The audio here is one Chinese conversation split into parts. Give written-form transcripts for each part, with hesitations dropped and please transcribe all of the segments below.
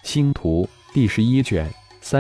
星图第11卷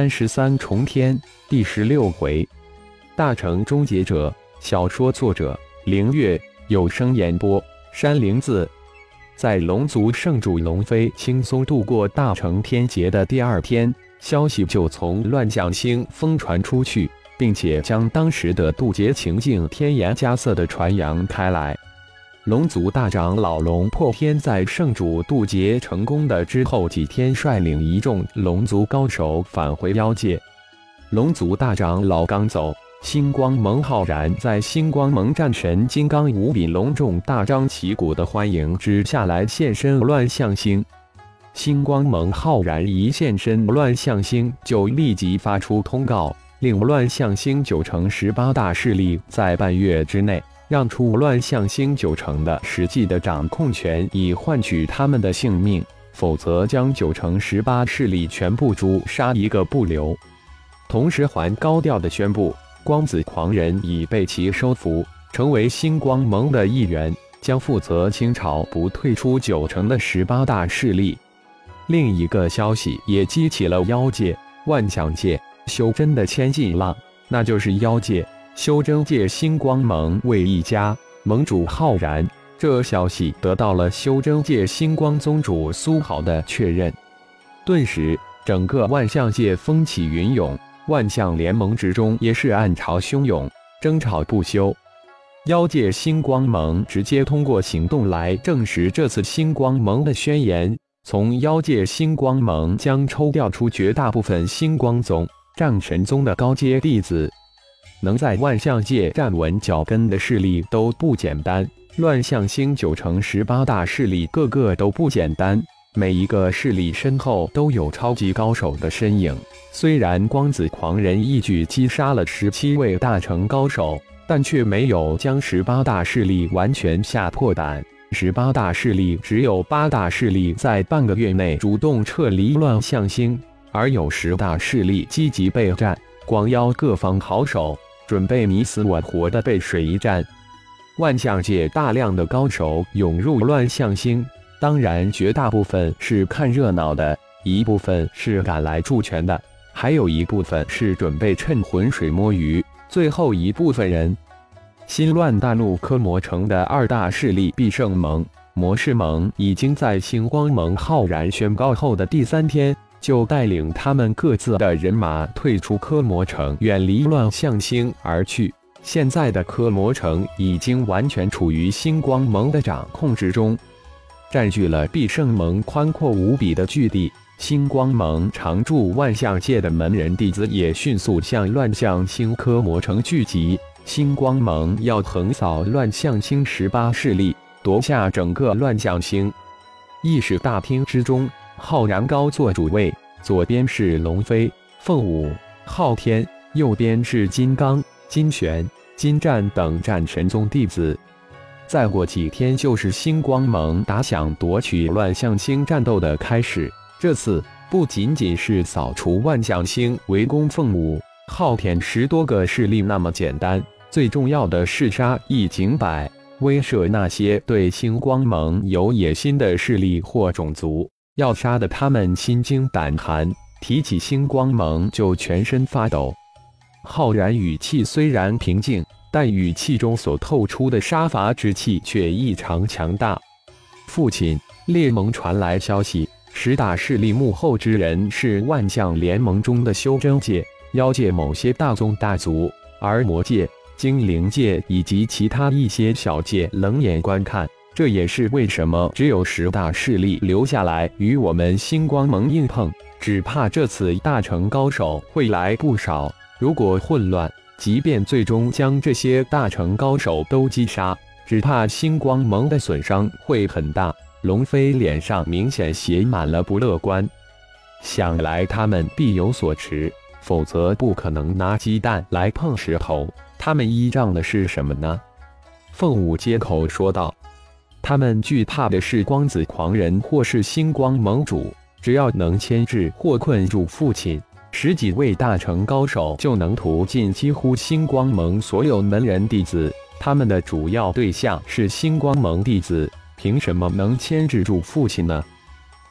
33重天第16回。大成终结者，小说作者凌月，有声演播山灵子。在龙族圣主龙飞轻松度过大成天劫的第二天，消息就从乱象星疯传出去，并且将当时的渡劫情境添颜加色地传扬开来。龙族大长老龙破天在圣主渡劫成功的之后几天，率领一众龙族高手返回妖界。龙族大长老刚走，星光盟浩然在星光盟战神金刚无比隆重大张旗鼓的欢迎之下来现身乱象星。星光盟浩然一现身乱象星，就立即发出通告，令乱象星9成18大势力在半月之内让出乱象星9成的实际的掌控权，以换取他们的性命，否则将9成18势力全部诛杀一个不留。同时还高调地宣布，光子狂人已被其收服，成为星光盟的一员，将负责清朝不退出9成的18大势力。另一个消息也激起了妖界、万象界、修真的千斤浪，那就是妖界、修真界星光盟为一家，盟主浩然。这消息得到了修真界星光宗主苏豪的确认，顿时整个万象界风起云涌，万象联盟之中也是暗潮汹涌，争吵不休。妖界星光盟直接通过行动来证实这次星光盟的宣言，从妖界星光盟将抽调出绝大部分星光宗、战神宗的高阶弟子，能在万象界站稳脚跟的势力都不简单。乱象星9成18大势力个个都不简单，每一个势力身后都有超级高手的身影。虽然光子狂人一举击杀了17位大成高手，但却没有将18大势力完全吓破胆。18大势力只有8大势力在半个月内主动撤离乱象星，而有10大势力积极备战，广邀各方好手，准备你死我活的背水一战。万象界大量的高手涌入乱象星，当然绝大部分是看热闹的，一部分是赶来助拳的，还有一部分是准备趁浑水摸鱼，最后一部分人。新乱大陆科魔城的2大势力必胜盟、魔士盟已经在星光盟浩然宣告后的第3天，就带领他们各自的人马退出科魔城，远离乱象星而去。现在的科魔城已经完全处于星光盟的掌控之中，占据了必胜盟宽阔无比的据地。星光盟常驻万象界的门人弟子也迅速向乱象星科魔城聚集。星光盟要横扫乱象星18势力，夺下整个乱象星。议事大厅之中，浩然高坐主位，左边是龙飞、凤舞、昊天，右边是金刚、金玄、金战等战神宗弟子。再过几天就是星光盟打响夺取乱象星战斗的开始。这次不仅仅是扫除万象星、围攻凤舞、昊天10多个势力那么简单，最重要的是杀一儆百，威慑那些对星光盟有野心的势力或种族，要杀得他们心惊胆寒，提起星光盟就全身发抖。浩然语气虽然平静，但语气中所透出的杀伐之气却异常强大。父亲，猎盟传来消息，10大势力幕后之人是万象联盟中的修真界、妖界某些大宗大族，而魔界、精灵界以及其他一些小界冷眼观看。这也是为什么只有10大势力留下来与我们星光盟硬碰，只怕这次大成高手会来不少。如果混乱，即便最终将这些大成高手都击杀，只怕星光盟的损伤会很大。龙飞脸上明显写满了不乐观，想来他们必有所持，否则不可能拿鸡蛋来碰石头。他们依仗的是什么呢？凤舞接口说道，他们惧怕的是光子狂人或是星光盟主，只要能牵制或困住父亲，10几位大成高手就能屠尽几乎星光盟所有门人弟子。他们的主要对象是星光盟弟子，凭什么能牵制住父亲呢？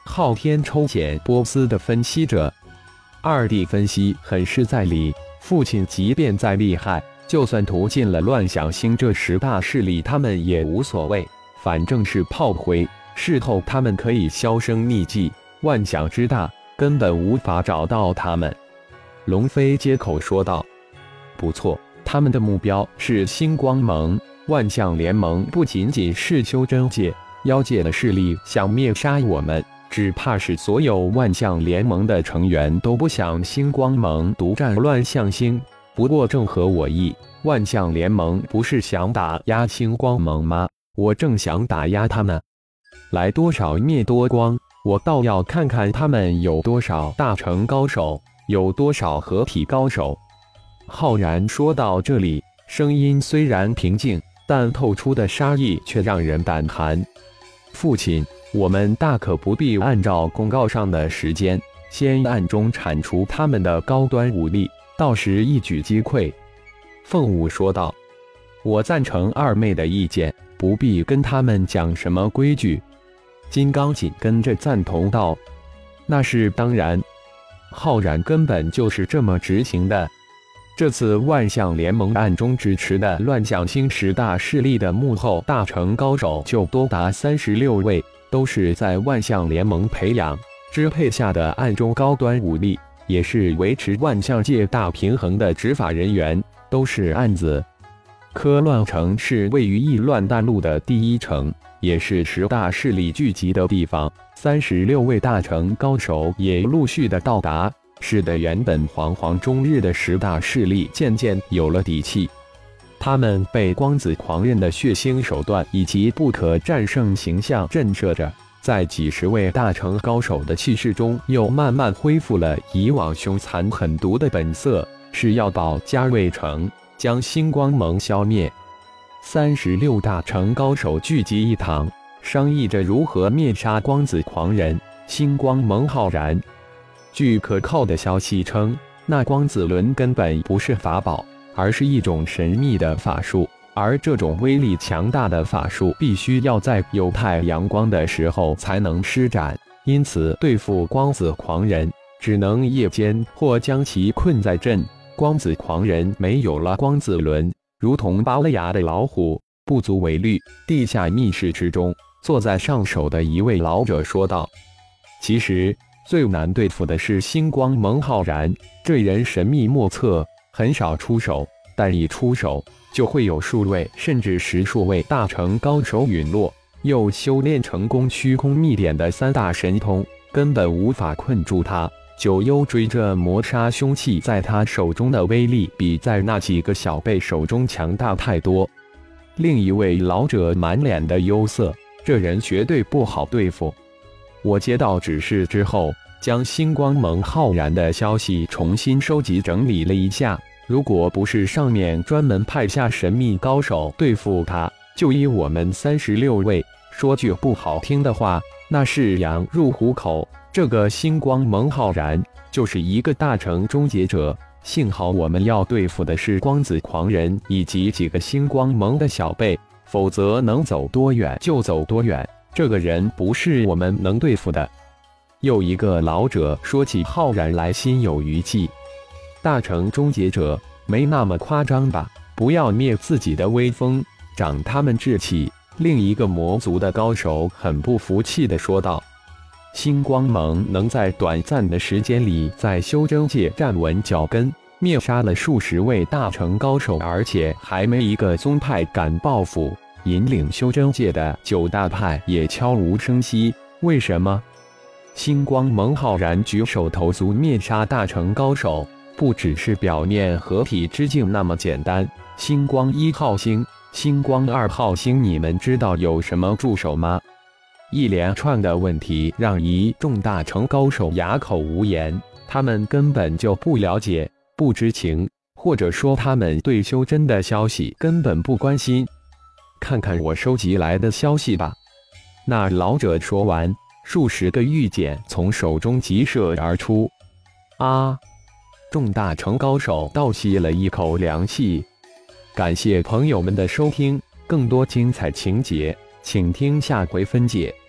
昊天抽检波斯的分析着。二弟分析很是在理，父亲即便再厉害，就算屠尽了乱象星这10大势力，他们也无所谓，反正是炮灰。事后他们可以销声匿迹，万象之大，根本无法找到他们。龙飞接口说道：“不错，他们的目标是星光盟。万象联盟不仅仅是修真界、妖界的势力想灭杀我们，只怕是所有万象联盟的成员都不想星光盟独占乱象星。不过正合我意，万象联盟不是想打压星光盟吗？我正想打压他们，来多少灭多光。我倒要看看他们有多少大成高手，有多少合体高手。”浩然说到这里，声音虽然平静，但透出的杀意却让人胆寒。父亲，我们大可不必按照公告上的时间，先暗中铲除他们的高端武力，到时一举击溃。凤舞说道：“我赞成二妹的意见，不必跟他们讲什么规矩。”金刚紧跟着赞同道：“那是当然，浩然根本就是这么执行的。这次万象联盟暗中支持的乱象星10大势力的幕后大成高手就多达36位，都是在万象联盟培养、支配下的暗中高端武力，也是维持万象界大平衡的执法人员，都是案子。科乱城是位于异乱大陆的第一城，也是10大势力聚集的地方，36位大成高手也陆续的到达，使得原本惶惶终日的10大势力渐渐有了底气。他们被光子狂人的血腥手段以及不可战胜形象震慑着，在几十位大成高手的气势中，又慢慢恢复了以往凶残狠毒的本色，是要保家卫城，将星光盟消灭。36大成高手聚集一堂，商议着如何灭杀光子狂人。星光盟浩然，据可靠的消息称，那光子轮根本不是法宝，而是一种神秘的法术，而这种威力强大的法术必须要在有太阳光的时候才能施展，因此对付光子狂人只能夜间或将其困在阵。光子狂人没有了光子轮，如同拔了牙的老虎，不足为虑。地下密室之中，坐在上首的一位老者说道：“其实最难对付的是星光盟浩然，这人神秘莫测，很少出手，但一出手就会有数位甚至10数位大成高手陨落。又修炼成功虚空秘典的3大神通，根本无法困住他。九幽追着磨砂凶器在他手中的威力，比在那几个小辈手中强大太多。”另一位老者满脸的忧色：“这人绝对不好对付。我接到指示之后，将星光盟浩然的消息重新收集整理了一下，如果不是上面专门派下神秘高手对付他，就以我们36位，说句不好听的话，那是羊入虎口。这个星光盟浩然就是一个大成终结者，幸好我们要对付的是光子狂人以及几个星光盟的小辈，否则能走多远就走多远。这个人不是我们能对付的。”又一个老者说起浩然来心有余悸：“大成终结者没那么夸张吧？不要灭自己的威风，长他们志气。”另一个魔族的高手很不服气地说道：“星光盟能在短暂的时间里在修真界站稳脚跟，灭杀了数十位大成高手，而且还没一个宗派敢报复，引领修真界的9大派也悄无声息。为什么？”星光盟浩然举手投足灭杀大成高手，不只是表面合体之境那么简单。星光1号星、星光2号星，你们知道有什么助手吗？一连串的问题让一众大成高手哑口无言，他们根本就不了解、不知情，或者说他们对修真的消息根本不关心。看看我收集来的消息吧。那老者说完，数十个玉简从手中急射而出。啊！众大成高手倒吸了一口凉气。感谢朋友们的收听，更多精彩情节，请听下回分解。